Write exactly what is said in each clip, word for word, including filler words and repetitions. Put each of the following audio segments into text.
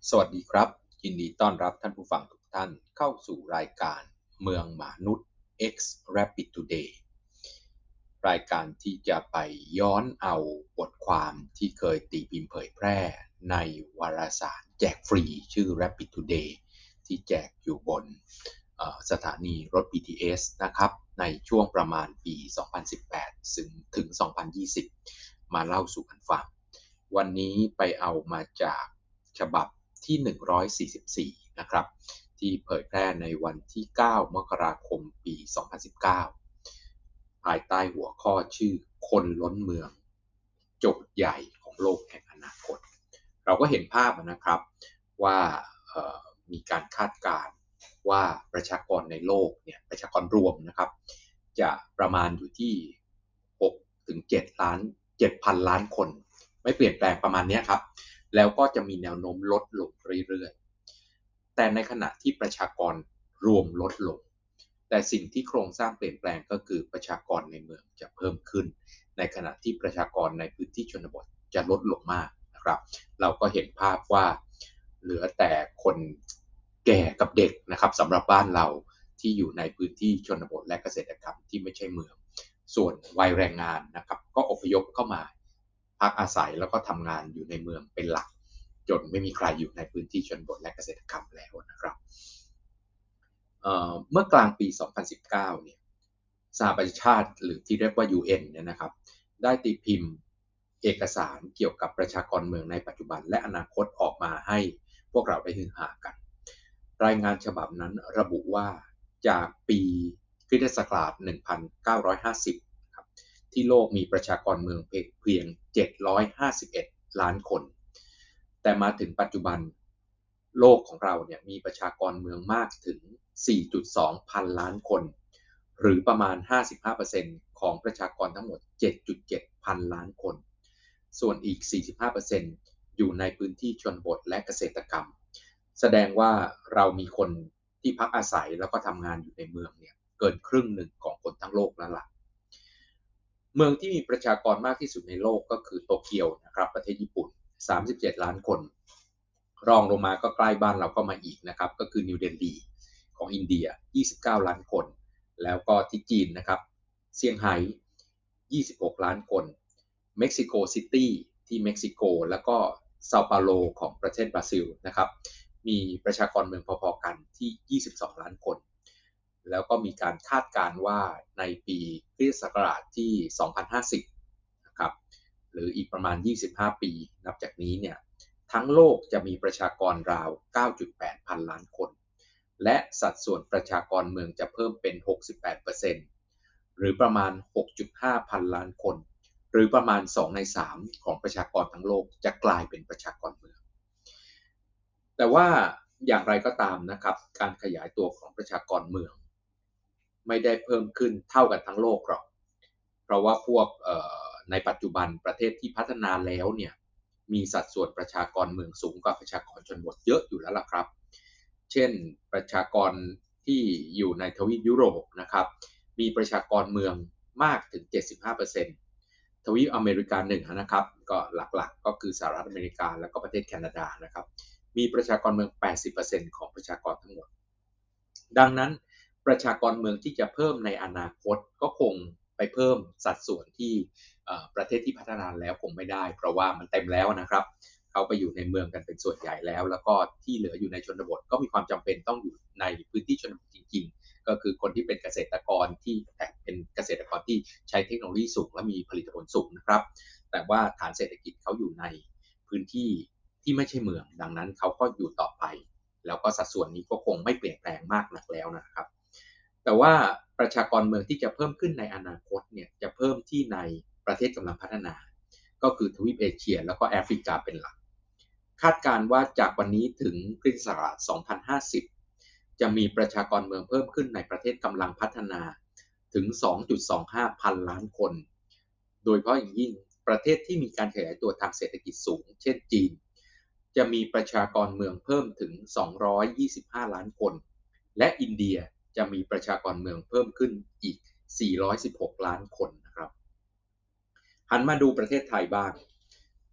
สวัสดีครับยินดีต้อนรับท่านผู้ฟังทุกท่านเข้าสู่รายการเมืองมนุษย์ X Rapid Today รายการที่จะไปย้อนเอาบทความที่เคยตีพิมพ์เผยแพร่ในวารสารแจกฟรีชื่อ Rapid Today ที่แจกอยู่บนสถานีรถ บี ที เอส นะครับในช่วงประมาณปี สองพันสิบแปด ถึงถึง สองพันยี่สิบ มาเล่าสู่กันฟังวันนี้ไปเอามาจากฉบับที่หนึ่งร้อยสี่สิบสี่นะครับที่เผยแพร่ในวันที่เก้ามกราคมปีสองพันสิบเก้าภายใต้หัวข้อชื่อคนล้นเมืองโจทย์ใหญ่ของโลกแห่งอนาคตเราก็เห็นภาพนะครับว่ามีการคาดการณ์ว่าประชากรในโลกเนี่ยประชากรรวมนะครับจะประมาณอยู่ที่หกถึงเจ็ดล้านเจ็ดพันล้านคนไม่เปลี่ยนแปลงประมาณนี้ครับแล้วก็จะมีแนวโน้มลดลงเรื่อยๆแต่ในขณะที่ประชากรรวมลดลงแต่สิ่งที่โครงสร้างเปลี่ยนแปลงก็คือประชากรในเมืองจะเพิ่มขึ้นในขณะที่ประชากรในพื้นที่ชนบทจะลดลงมากนะครับเราก็เห็นภาพว่าเหลือแต่คนแก่กับเด็กนะครับสำหรับบ้านเราที่อยู่ในพื้นที่ชนบทและเกษตรกรรมที่ไม่ใช่เมืองส่วนวัยแรงงานนะครับก็อพยพเข้ามาพักอาศัยแล้วก็ทำงานอยู่ในเมืองเป็นหลักจนไม่มีใครอยู่ในพื้นที่ชนบทและเกษตรกรรมแล้วนะครับเเมื่อกลางปี สองพันสิบเก้า เนี่ยสหประชาชาติหรือที่เรียกว่า ยู เอ็น เนี่ยนะครับได้ตีพิมพ์เอกสารเกี่ยวกับประชากรเมืองในปัจจุบันและอนาคตออกมาให้พวกเราได้ฮือฮากันรายงานฉบับนั้นระบุว่าจากปีคริสตศักราช หนึ่งพันเก้าร้อยห้าสิบ ครับที่โลกมีประชากรเมืองเพียง เจ็ดร้อยห้าสิบเอ็ด ล้านคนแต่มาถึงปัจจุบันโลกของเราเนี่ยมีประชากรเมืองมากถึง สี่จุดสอง พันล้านคนหรือประมาณ ห้าสิบห้าเปอร์เซ็นต์ ของประชากรทั้งหมด เจ็ดจุดเจ็ด พันล้านคนส่วนอีก สี่สิบห้าเปอร์เซ็นต์ อยู่ในพื้นที่ชนบทและเกษตรกรรมแสดงว่าเรามีคนที่พักอาศัยแล้วก็ทำงานอยู่ในเมืองเนี่ยเกินครึ่งหนึ่งของคนทั้งโลกแล้วล่ะเมืองที่มีประชากรมากที่สุดในโลกก็คือโตเกียวนะครับประเทศญี่ปุ่นสามสิบเจ็ดล้านคนรองลงมาก็ใกล้บ้านเราก็มาอีกนะครับก็คือนิวเดลีของอินเดียยี่สิบเก้าล้านคนแล้วก็ที่จีนนะครับเซี่ยงไฮ้ยี่สิบหกล้านคนเม็กซิโกซิตี้ที่เม็กซิโกแล้วก็เซาเปาโลของประเทศบราซิลนะครับมีประชากรเมืองพอๆกันที่ยี่สิบสองล้านคนแล้วก็มีการคาดการณ์ว่าในปีคริสตศักราชที่สองพันห้าสิบนะครับหรืออีกประมาณยี่สิบห้าปีนับจากนี้เนี่ยทั้งโลกจะมีประชากรราว เก้าจุดแปด พันล้านคนและสัดส่วนประชากรเมืองจะเพิ่มเป็น หกสิบแปดเปอร์เซ็นต์ หรือประมาณ หกจุดห้า พันล้านคนหรือประมาณสองในสามของประชากรทั้งโลกจะกลายเป็นประชากรเมืองแต่ว่าอย่างไรก็ตามนะครับการขยายตัวของประชากรเมืองไม่ได้เพิ่มขึ้นเท่ากันทั้งโลกหรอกเพราะว่าพวกในปัจจุบันประเทศที่พัฒนาแล้วเนี่ยมีสัดส่วนประชากรเมืองสูงกว่าประชากรชนบทเยอะอยู่แล้วล่ะครับเช่นประชากรที่อยู่ในทวีปยุโรปนะครับมีประชากรเมืองมากถึง เจ็ดสิบห้าเปอร์เซ็นต์ ทวีปอเมริกาหนึ่งนะครับก็หลักๆก็คือสหรัฐอเมริกาและก็ประเทศแคนาดานะครับมีประชากรเมือง แปดสิบเปอร์เซ็นต์ ของประชากรทั้งหมดดังนั้นประชากรเมืองที่จะเพิ่มในอนาคตก็คงไปเพิ่มสัดส่วนที่ประเทศที่พัฒนาแล้วคงไม่ได้เพราะว่ามันเต็มแล้วนะครับเขาไปอยู่ในเมืองกันเป็นส่วนใหญ่แล้วแล้วก็ที่เหลืออยู่ในชนบทก็มีความจำเป็นต้องอยู่ในพื้นที่ชนบทจริงๆก็คือคนที่เป็นเกษตรกรที่เป็นเกษตรกรที่ใช้เทคโนโลยีสูงและมีผลิตผลสูงนะครับแต่ว่าฐานเศรษฐกิจเขาอยู่ในพื้นที่ที่ไม่ใช่เมืองดังนั้นเขาก็อยู่ต่อไปแล้วก็สัดส่วนนี้ก็คงไม่เปลี่ยนแปลงมากนักแล้วนะครับแต่ว่าประชากรเมืองที่จะเพิ่มขึ้นในอนาคตเนี่ยจะเพิ่มที่ในประเทศกำลังพัฒนาก็คือทวีปเอเชียแล้วก็แอฟริกาเป็นหลักคาดการว่าจากวันนี้ถึงคริสตศักราชสองพันห้าสิบจะมีประชากรเมืองเพิ่มขึ้นในประเทศกำลังพัฒนาถึง สองจุดสองห้า พันล้านคนโดยเฉพาะอย่างยิ่งประเทศที่มีการขยายตัวทางเศรษฐกิจสูงเช่นจีนจะมีประชากรเมืองเพิ่มถึงสองร้อยยี่สิบห้าล้านคนและอินเดียจะมีประชากรเมืองเพิ่มขึ้นอีกสี่ร้อยสิบหกล้านคนนะครับหันมาดูประเทศไทยบ้าง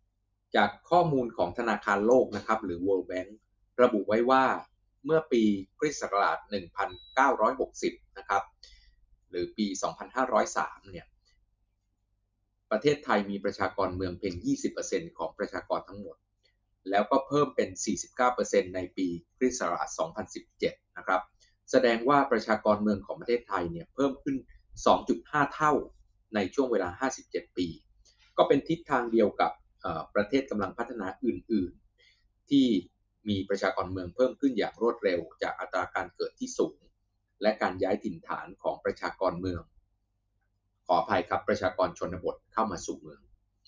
จากข้อมูลของธนาคารโลกนะครับหรือ World Bank ระบุไว้ว่าเมื่อปีคริสต์ศักราชหนึ่งพันเก้าร้อยหกสิบนะครับหรือปีสองพันห้าร้อยสามเนี่ยประเทศไทยมีประชากรเมืองเพียง ยี่สิบเปอร์เซ็นต์ ของประชากรทั้งหมดแล้วก็เพิ่มเป็น สี่สิบเก้าเปอร์เซ็นต์ ในปีคริสต์ศักราชสองพันสิบเจ็ดนะครับแสดงว่าประชากรเมืองของประเทศไทยเนี่ยเพิ่มขึ้น สองจุดห้า เท่าในช่วงเวลา ห้าสิบเจ็ด ปีก็เป็นทิศทางเดียวกับประเทศกำลังพัฒนาอื่นๆที่มีประชากรเมืองเพิ่มขึ้นอย่างรวดเร็วจากอัตราการเกิดที่สูงและการย้ายถิ่นฐานของประชากรเมืองขออภัยครับประชากรชนบทเข้ามาสู่เมือง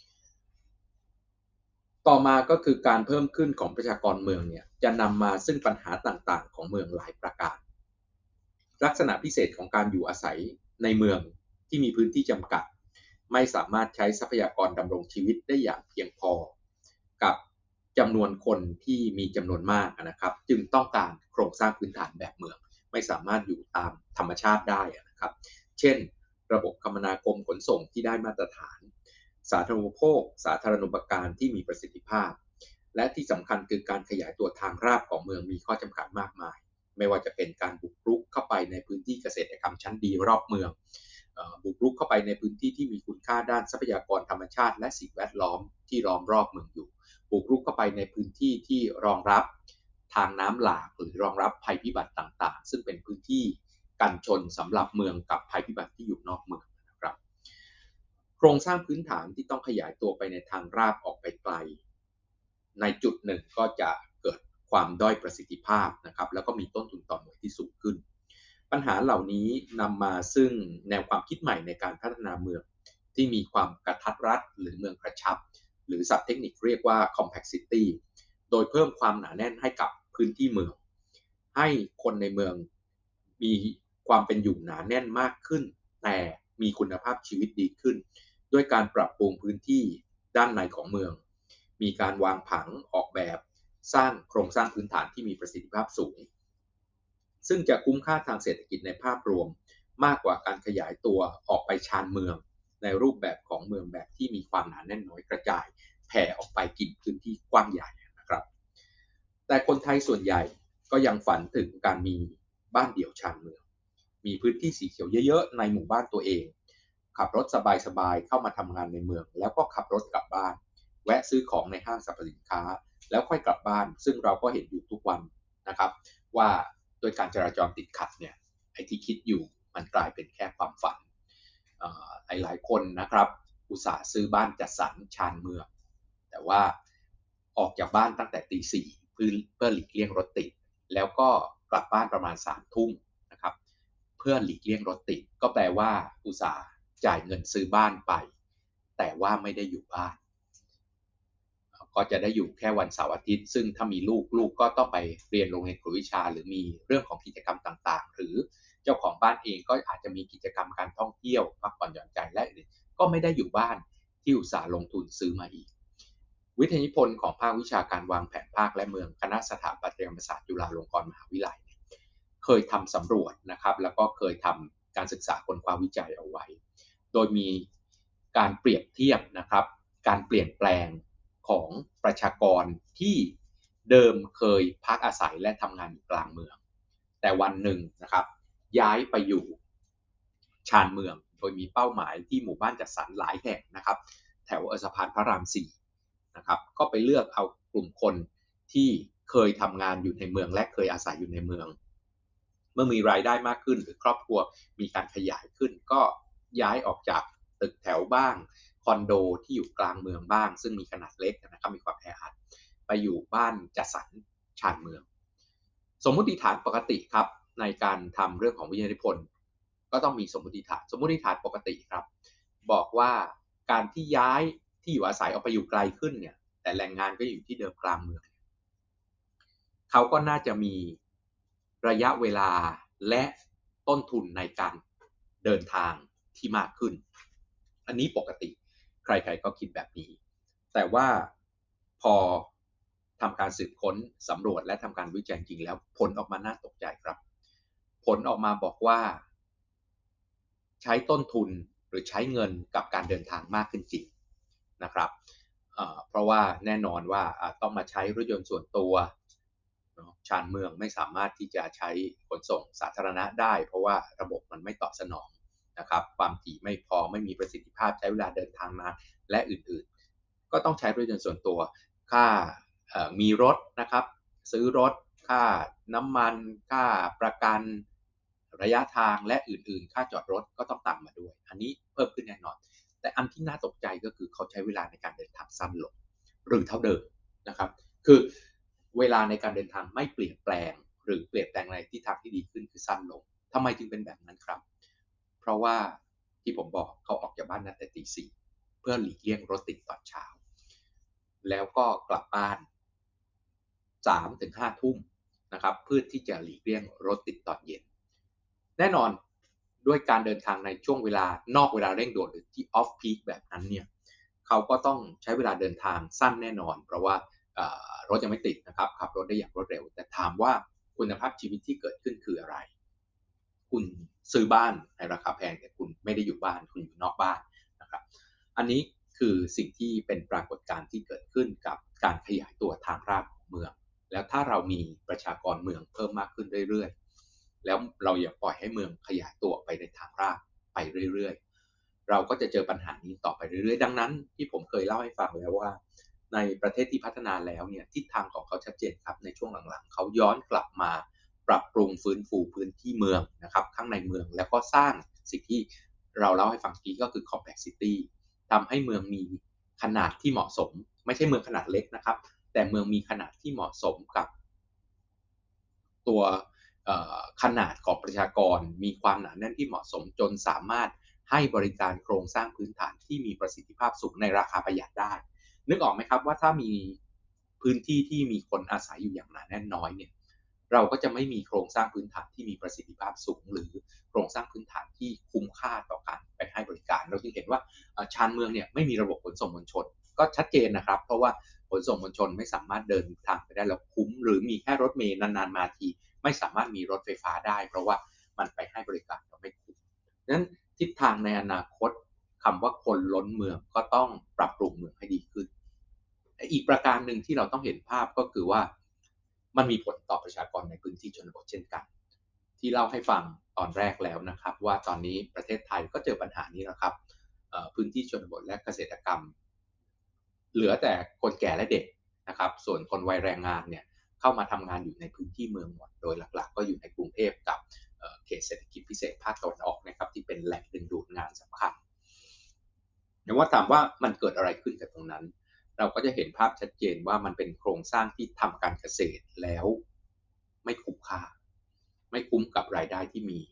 ต่อมาก็คือการเพิ่มขึ้นของประชากรเมืองเนี่ยจะนำมาซึ่งปัญหาต่างๆของเมืองหลายประการลักษณะพิเศษของการอยู่อาศัยในเมืองที่มีพื้นที่จำกัดไม่สามารถใช้ทรัพยากรดำรงชีวิตได้อย่างเพียงพอกับจำนวนคนที่มีจำนวนมากนะครับจึงต้องการโครงสร้างพื้นฐานแบบเมืองไม่สามารถอยู่ตามธรรมชาติได้นะครับเช่นระบบคมนาคมขนส่งที่ได้มาตรฐานสาธารณูปโภคสาธารณูปการที่มีประสิทธิภาพและที่สำคัญคือการขยายตัวทางราบของเมืองมีข้อจำกัดมากมายไม่ว่าจะเป็นการบุกรุกเข้าไปในพื้นที่เกษตรกรรมชั้นดีรอบเมืองบุกรุกเข้าไปในพื้นที่ที่มีคุณค่าด้านทรัพยากรธรรมชาติและสิ่งแวดล้อมที่ล้อมรอบเมืองอยู่บุกรุกเข้าไปในพื้นที่ที่รองรับทางน้ำหลากหรือรองรับภัยพิบัติต่างๆซึ่งเป็นพื้นที่กันชนสำหรับเมืองกับภัยพิบัติที่อยู่นอกเมืองนะครับโครงสร้างพื้นฐานที่ต้องขยายตัวไปในทางราบออกไปไกลในจุดหนึ่งก็จะเกิดความด้อยประสิทธิภาพนะครับแล้วก็มีต้นทุนต่อหน่วยที่สูงขึ้นปัญหาเหล่านี้นำมาซึ่งแนวความคิดใหม่ในการพัฒนาเมืองที่มีความกระทัดรัดหรือเมืองกระชับหรือศัพท์เทคนิคเรียกว่า compact city โดยเพิ่มความหนาแน่นให้กับพื้นที่เมืองให้คนในเมืองมีความเป็นอยู่หนาแน่นมากขึ้นแต่มีคุณภาพชีวิตดีขึ้นด้วยการปรับปรุงพื้นที่ด้านในของเมืองมีการวางผังออกแบบสร้างโครงสร้างพื้นฐานที่มีประสิทธิภาพสูงซึ่งจะคุ้มค่าทางเศรษฐกิจในภาพรวมมากกว่าการขยายตัวออกไปชานเมืองในรูปแบบของเมืองแบบที่มีความหนาแน่นน้อยกระจายแผ่ออกไปกินพื้นที่กว้างใหญ่นะครับแต่คนไทยส่วนใหญ่ก็ยังฝันถึงการมีบ้านเดี่ยวชานเมืองมีพื้นที่สีเขียวเยอะๆในหมู่บ้านตัวเองขับรถสบายๆเข้ามาทำงานในเมืองแล้วก็ขับรถกลับบ้านแวะซื้อของในห้างสรรพสินค้าแล้วค่อยกลับบ้านซึ่งเราก็เห็นอยู่ทุกวันนะครับว่าโดยการจราจรติดขัดเนี่ยไอ้ที่คิดอยู่มันกลายเป็นแค่ความฝันหลายๆคนนะครับอุตส่าห์ซื้อบ้านจัดสรรชานเมืองแต่ว่าออกจากบ้านตั้งแต่ตีสี่เพื่อเพื่อหลีกเลี่ยงรถติดแล้วก็กลับบ้านประมาณสามทุ่มนะครับเพื่อหลีกเลี่ยงรถติดก็แปลว่าอุตส่าห์จ่ายเงินซื้อบ้านไปแต่ว่าไม่ได้อยู่บ้านก็จะได้อยู่แค่วันเสาร์อาทิตย์ซึ่งถ้ามีลูกลูกก็ต้องไปเรียนโรงเรียนกวดวิชาหรือมีเรื่องของกิจกรรมต่างๆหรือเจ้าของบ้านเองก็อาจจะมีกิจกรรมการท่องเที่ยวพักผ่อนหย่อนใจและอื่นก็ไม่ได้อยู่บ้านที่อุตส่าห์ลงทุนซื้อมาอีกวิทยานิพนธ์ของภาควิชาการวางแผนภาคและเมืองคณะสถาปัตยกรรมศาสตร์จุฬาลงกรณ์มหาวิทยาลัยเคยทำสำรวจนะครับแล้วก็เคยทำการศึกษาค้นคว้าวิจัยเอาไว้โดยมีการเปรียบเทียบนะครับการเปลี่ยนแปลงของประชากรที่เดิมเคยพักอาศัยและทำงานอยู่กลางเมืองแต่วันหนึ่งนะครับย้ายไปอยู่ชานเมืองโดยมีเป้าหมายที่หมู่บ้านจัดสรรหลายแห่งนะครับแถวสะพานพระรามสี่นะครับก็ไปเลือกเอากลุ่มคนที่เคยทำงานอยู่ในเมืองและเคยอาศัยอยู่ในเมืองเมื่อมีรายได้มากขึ้นหรือครอบครัวมีการขยายขึ้นก็ย้ายออกจากตึกแถวบ้างคอนโดที่อยู่กลางเมืองบ้างซึ่งมีขนาดเล็กนะครับมีความแออัดไปอยู่บ้านจัดสรรชานเมืองสมมุติฐานปกติครับในการทำเรื่องของวิทยานิพนธ์ก็ต้องมีสมมุติฐานสมมุติฐานปกติครับบอกว่าการที่ย้ายที่อยู่อาศัยออกไปอยู่ไกลขึ้นเนี่ยแต่แรงงานก็อยู่ที่เดิมกลางเมืองเขาก็น่าจะมีระยะเวลาและต้นทุนในการเดินทางที่มากขึ้นอันนี้ปกติใครๆก็คิดแบบนี้แต่ว่าพอทำการสืบค้นสำรวจและทำการวิจัยจริงแล้วผลออกมาน่าตกใจครับผลออกมาบอกว่าใช้ต้นทุนหรือใช้เงินกับการเดินทางมากขึ้นจริงนะครับเพราะว่าแน่นอนว่าต้องมาใช้รถยนต์ส่วนตัวชานเมืองไม่สามารถที่จะใช้ขนส่งสาธารณะได้เพราะว่าระบบมันไม่ตอบสนองนะครับความถี่ไม่พอไม่มีประสิทธิภาพใช้เวลาเดินทางนานและอื่นๆก็ต้องใช้รถยนต์ส่วนตัวค่ามีรถนะครับซื้อรถค่าน้ำมันค่าประกันระยะทางและอื่นๆค่าจอดรถก็ต้องตามมาด้วยอันนี้เพิ่มขึ้นแน่นอนแต่อันที่น่าตกใจก็คือเขาใช้เวลาในการเดินทางสั้นลงหรือเท่าเดิมนะครับคือเวลาในการเดินทางไม่เปลี่ยนแปลงหรือเปลี่ยนแปลงในทิศทางที่ดีขึ้นคือสั้นลงทำไมจึงเป็นแบบนั้นครับเพราะว่าที่ผมบอกเขาออกจากบ้านตั้งแต่ตีสี่เพื่อหลีกเลี่ยงรถติดตอนเช้าแล้วก็กลับบ้านสามถึงห้าทุ่มนะครับเพื่อที่จะหลีกเลี่ยงรถติดตอนเย็นแน่นอนด้วยการเดินทางในช่วงเวลานอกเวลาเร่งด่วนหรือที่ออฟพีคแบบนั้นเนี่ยเขาก็ต้องใช้เวลาเดินทางสั้นแน่นอนเพราะว่ารถยังไม่ติดนะครับขับรถได้อย่างรวดเร็วแต่ถามว่าคุณภาพชีวิตที่เกิดขึ้นคืออะไรคุณซื้อบ้านในราคาแพงแต่คุณไม่ได้อยู่บ้านคุณอยู่นอกบ้านนะครับอันนี้คือสิ่งที่เป็นปรากฏการณ์ที่เกิดขึ้นกับการขยายตัวทางราบของเมืองแล้วถ้าเรามีประชากรเมืองเพิ่มมากขึ้นเรื่อยๆแล้วเราอย่าปล่อยให้เมืองขยายตัวไปในทางราบไปเรื่อยๆเราก็จะเจอปัญหานี้ต่อไปเรื่อยๆดังนั้นที่ผมเคยเล่าให้ฟังแล้วว่าในประเทศที่พัฒนาแล้วเนี่ยทิศทางของเขาชัดเจนครับในช่วงหลังๆเขาย้อนกลับมาปรับปรุงฟื้นฟูพื้นที่เมืองนะครับข้างในเมืองแล้วก็สร้างสิ่งที่เราเล่าให้ฟังกี้ก็คือ compact city ทำให้เมืองมีขนาดที่เหมาะสมไม่ใช่เมืองขนาดเล็กนะครับแต่เมืองมีขนาดที่เหมาะสมกับตัวขนาดของประชากรมีความหนาแน่นที่เหมาะสมจนสามารถให้บริการโครงสร้างพื้นฐานที่มีประสิทธิภาพสูงในราคาประหยัดได้นึกออกไหมครับว่าถ้ามีพื้นที่ที่มีคนอาศัยอยู่อย่างหนาแน่นน้อยเนี่ยเราก็จะไม่มีโครงสร้างพื้นฐานที่มีประสิทธิภาพสูงหรือโครงสร้างพื้นฐานที่คุ้มค่าต่อการไปให้บริการเราจึงเห็นว่าชานเมืองเนี่ยไม่มีระบบขนส่งมวลชนก็ชัดเจนนะครับเพราะว่าขนส่งมวลชนไม่สามารถเดินทางไปได้แล้วคุ้มหรือมีแค่รถเมล์นานๆมาทีไม่สามารถมีรถไฟฟ้าได้เพราะว่ามันไปให้บริการเราไม่คุ้มดังนั้นทิศทางในอนาคตคำว่าคนล้นเมืองก็ต้องปรับปรุงเมืองให้ดีขึ้นอีกประการหนึ่งที่เราต้องเห็นภาพก็คือว่ามันมีผลต่อประชากรในพื้นที่ชนบทเช่นกันที่เล่าให้ฟังตอนแรกแล้วนะครับว่าตอนนี้ประเทศไทยก็เจอปัญหานี้แล้วครับพื้นที่ชนบทและเกษตรกรรมเหลือแต่คนแก่และเด็กนะครับส่วนคนวัยแรงงานเนี่ยเข้ามาทำงานอยู่ในพื้นที่เมืองหมดโดยหลักๆก็อยู่ในกรุงเทพกับเขตเศรษฐกิจพิเศษภาคตะวันออกนะครับที่เป็นแหล่งดึงดูดงานสำคัญแต่ว่าถามว่ามันเกิดอะไรขึ้นกับตรงนั้นเราก็จะเห็นภาพชัดเจนว่ามันเป็นโครงสร้างที่ทำการเกษตรแล้วไม่คุ้มค่าไม่คุ้มกับรายได้ที่มี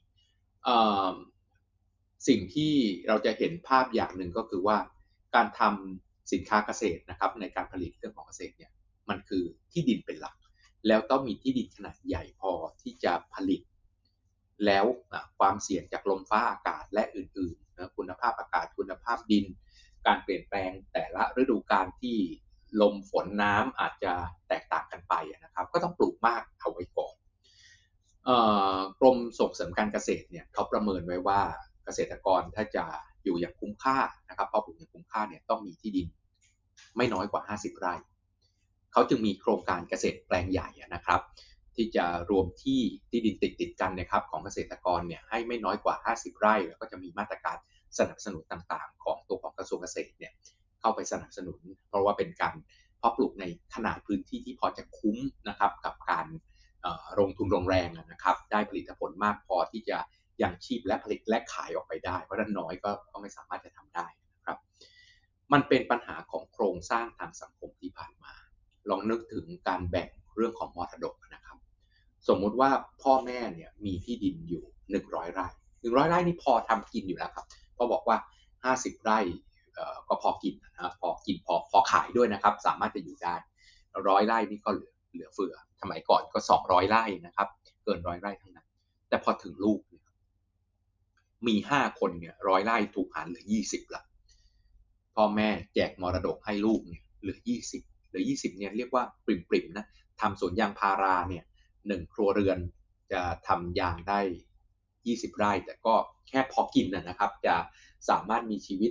สิ่งที่เราจะเห็นภาพอย่างหนึ่งก็คือว่าการทำสินค้าเกษตรนะครับในการผลิตเรื่องของเกษตรเนี่ยมันคือที่ดินเป็นหลักแล้วต้องมีที่ดินขนาดใหญ่พอที่จะผลิตแล้วความเสี่ยงจากลมฟ้าอากาศและอื่นๆนะคุณภาพอากาศคุณภาพดินการเปลี่ยนแปลงแต่ละฤดูกาลที่ลมฝนน้ำอาจจะแตกต่างกันไปนะครับก็ต้องปลูกมากเอาไว้ก่อนกรมส่งเสริมการเกษตรเนี่ยเขาประเมินไว้ว่าเกษตรกรถ้าจะอยู่อย่างคุ้มค่านะครับเพราะปลูกอย่างคุ้มค่าเนี่ยต้องมีที่ดินไม่น้อยกว่าห้าสิบไร่เขาจึงมีโครงการเกษตรแปลงใหญ่นะครับที่จะรวมที่ที่ดินติดติดกันนะครับของเกษตรกรเนี่ยให้ไม่น้อยกว่าห้าสิบไร่แล้วก็จะมีมาตรการสนับสนุนต่างๆของตัวของกระทรวงเกษตรเนี่ยเข้าไปสนับสนุนเพราะว่าเป็นการเพาะปลูกในขนาดพื้นที่ที่พอจะคุ้มนะครับกับการลงทุนลงแรงนะครับได้ผลิตผลมากพอที่จะยังชีพและผลิตและขายออกไปได้เพราะด้านน้อยก็ก็ไม่สามารถจะทำได้นะครับมันเป็นปัญหาของโครงสร้างทางสังคมที่ผ่านมาลองนึกถึงการแบ่งเรื่องของมรดกนะครับสมมุติว่าพ่อแม่เนี่ยมีที่ดินอยู่หนึ่งร้อยไร่หนึ่งร้อยไร่นี่พอทำกินอยู่แล้วครับพอบอกว่าห้าสิบไร่ก็พอกินนะพอกินพอพอขายด้วยนะครับสามารถจะอยู่ได้ร้อยไร่นี่ก็เหลือเหลือเฟือสมัยก่อนก็สองร้อยไร่นะครับเกินร้อยไร่ทั้งนั้นแต่พอถึงลูกมีห้าคนเนี่ยร้อยไร่ถูกหารเหลือยี่สิบละพ่อแม่แจกมรดกให้ลูกเนี่ยเหลือยี่สิบเหลือยี่สิบเนี่ยเรียกว่าปริมๆนะทำสวนยางพาราเนี่ยหนึ่งครัวเรือนจะทำยางได้ยี่สิบไร่แต่ก็แค่พอกินนะครับจะสามารถมีชีวิต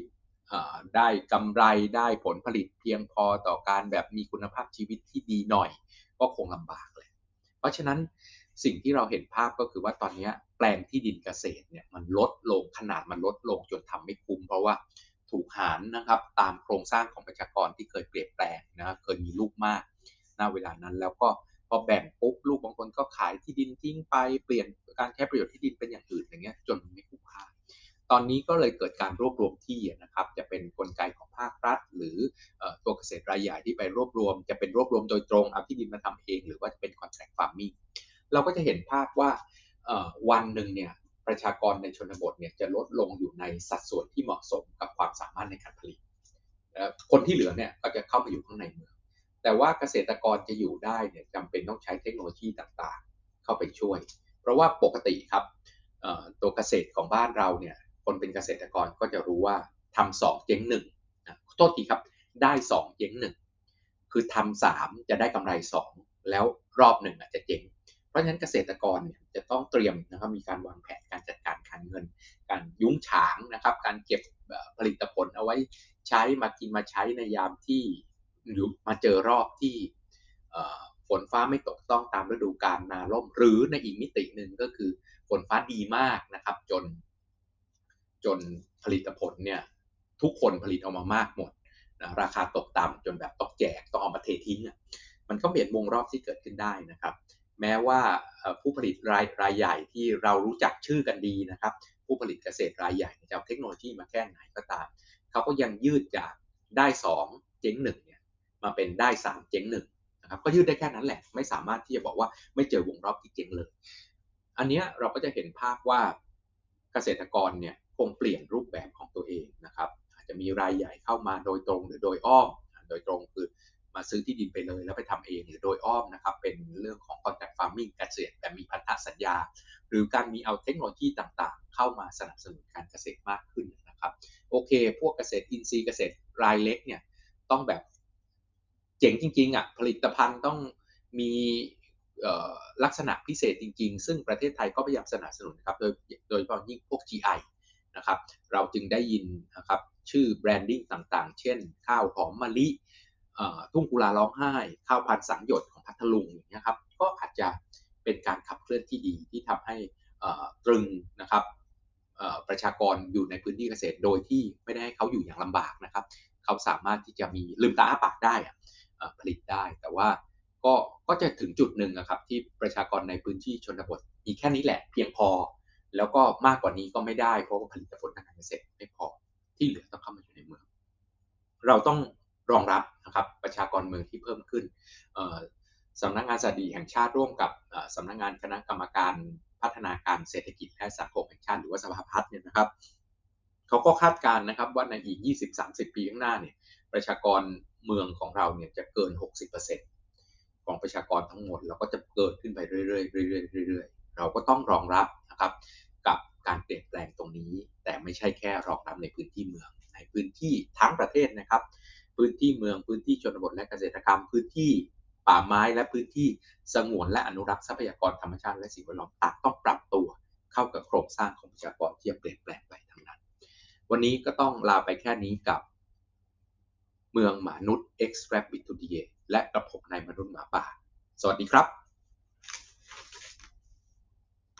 ได้กำไรได้ผลผลิตเพียงพอต่อการแบบมีคุณภาพชีวิตที่ดีหน่อยก็คงลำบากเลยเพราะฉะนั้นสิ่งที่เราเห็นภาพก็คือว่าตอนนี้แปลงที่ดินเกษตรเนี่ยมันลดลงขนาดมันลดลงจนทำไม่คุ้มเพราะว่าถูกหารนะครับตามโครงสร้างของประชากรที่เคยเปลี่ยนแปลงนะเคยมีลูกมากณเวลานั้นแล้วก็พอแบ่งปุ๊บลูกบางคนก็ขายที่ดินทิ้งไปเปลี่ยนการใช้ประโยชน์ที่ดินเป็นอย่างอื่นอย่างเงี้ยจนไม่คุ้มค่า ตอนนี้ก็เลยเกิดการรวบรวมที่นะครับจะเป็นกลไกของภาครัฐหรือตัวเกษตรรายใหญ่ที่ไปรวบรวมจะเป็นรวบรวมโดยตรงเอาที่ดินมาทำเองหรือว่าจะเป็น contract farming เราก็จะเห็นภาพว่าวันหนึ่งเนี่ยประชากรในชนบทเนี่ยจะลดลงอยู่ในสัดส่วนที่เหมาะสมกับความสามารถในการผลิตคนที่เหลือเนี่ยก็จะเข้ามาอยู่ข้างในเมืองแต่ว่าเกษตรกรจะอยู่ได้เนี่ยจำเป็นต้องใช้เทคโนโลยีต่างๆเข้าไปช่วยเพราะว่าปกติครับตัวเกษตรของบ้านเราเนี่ยคนเป็นเกษตรกรก็จะรู้ว่าทำสองเจ๊งหนึ่งโทษทีครับได้สองเจ๊งหนึ่งคือทำสามจะได้กำไรสองแล้วรอบหนึ่งอาจจะเจ๊งเพราะฉะนั้นเกษตรกรเนี่ยจะต้องเตรียมนะครับมีการวางแผนการจัดการการเงินการยุ้งฉางนะครับการเก็บผลิตผลเอาไว้ใช้มากินมาใช้ในยามที่หรือมาเจอรอบที่ฝนฟ้าไม่ตกต้องตามฤดูกาลนาร่มหรือในอีกมิติหนึ่งก็คือฝนฟ้าดีมากนะครับจนจนผลิตผลเนี่ยทุกคนผลิตออกมามากหมดนะราคาตกต่ำจนแบบต้องแจกต้องเอามาเททิ้งมันก็เปลี่ยนวงรอบที่เกิดขึ้นได้นะครับแม้ว่าผู้ผลิตรายรายใหญ่ที่เรารู้จักชื่อกันดีนะครับผู้ผลิตเกษตรรายใหญ่จะเอาเทคโนโลยีมาแค่ไหนก็ตามเขาก็ยังยืดจากได้สองเจ๊งหนึ่งเนี่ยมาเป็นได้สามเจ๊งหนึ่งนะครับก็ยืดได้แค่นั้นแหละไม่สามารถที่จะบอกว่าไม่เจอวงรอบที่เจ๊งเลยอันนี้เราก็จะเห็นภาพว่าเกษตรกรเนี่ยคงเปลี่ยนรูปแบบของตัวเองนะครับอาจจะมีรายใหญ่เข้ามาโดยตรงหรือโดยอ้อมโดยตรงคือมาซื้อที่ดินไปเลยแล้วไปทำเองหรือโดยอ้อมนะครับเป็นเรื่องของ contract farming เกษตรแต่มีพันธสัญญาหรือการมีเอาเทคโนโลยีต่างๆเข้ามาสนับสนุนการเกษตรมากขึ้นนะครับโอเคพวกเกษตรอินทรีย์เกษตรรายเล็กเนี่ยต้องแบบเจ๋งจริงๆอ่ะผลิตภัณฑ์ต้องมีลักษณะพิเศษจริงๆซึ่งประเทศไทยก็พยายามสนับสนุนครับโดยโดยเฉพาะยิ่งพวก จี ไอ นะครับเราจึงได้ยินนะครับชื่อแบรนดิ้งต่างๆเช่นข้าวหอมมะลิทุ่งกุลาร้องไห้ข้าวพันธุ์สังหยดของพัทลุงอย่างเงี้ยครับก็อาจจะเป็นการขับเคลื่อนที่ดีที่ทำให้ตรึงนะครับประชากรอยู่ในพื้นที่เกษตรโดยที่ไม่ได้ให้เขาอยู่อย่างลำบากนะครับเขาสามารถที่จะมีลืมตาอ้าปากได้ผลิตได้แต่ว่าก็ก็จะถึงจุดหนึ่งนะครับที่ประชากรในพื้นที่ชนบทมีแค่นี้แหละเพียงพอแล้วก็มากกว่านี้ก็ไม่ได้เพราะว่าผลิตผลทางการเกษตรไม่พอที่เหลือต้องเข้ามาอยู่ในเมืองเราต้องรองรับนะครับประชากรเมืองที่เพิ่มขึ้นสำนักงานสถิติแห่งชาติร่วมกับสำนักงานคณะกรรมการพัฒนาการเศรษฐกิจและสังคมแห่งชาติหรือว่าสภาพัฒน์เนี่ยนะครับเขาก็คาดการณ์นะครับว่าในอีก ยี่สิบถึงสามสิบ ปีข้างหน้าเนี่ยประชากรเมืองของเราเนี่ยจะเกิน หกสิบเปอร์เซ็นต์ ของประชากรทั้งหมดแล้วก็จะเกิดขึ้นไปเรื่อยๆเรื่อยๆเรื่อยๆเราก็ต้องรองรับนะครับกับการเปลี่ยนแปลงตรงนี้แต่ไม่ใช่แค่รองรับในพื้นที่เมืองในพื้นที่ทั้งประเทศนะครับพื้นที่เมืองพื้นที่ชนบทและเกษตรกรรมพื้นที่ป่าไม้และพื้นที่สงวนและอนุรักษ์ทรัพยากรธรรมชาติและสิ่งแวดล้อมต่างต้องปรับตัวเข้ากับโครงสร้างของประชากรที่จะเปลี่ยนแปลงไปทั้งนั้นวันนี้ก็ต้องลาไปแค่นี้กับเมืองหมานุษย์ X Rabbit Today และกระผมนายมนุษย์หมาป่าสวัสดีครับ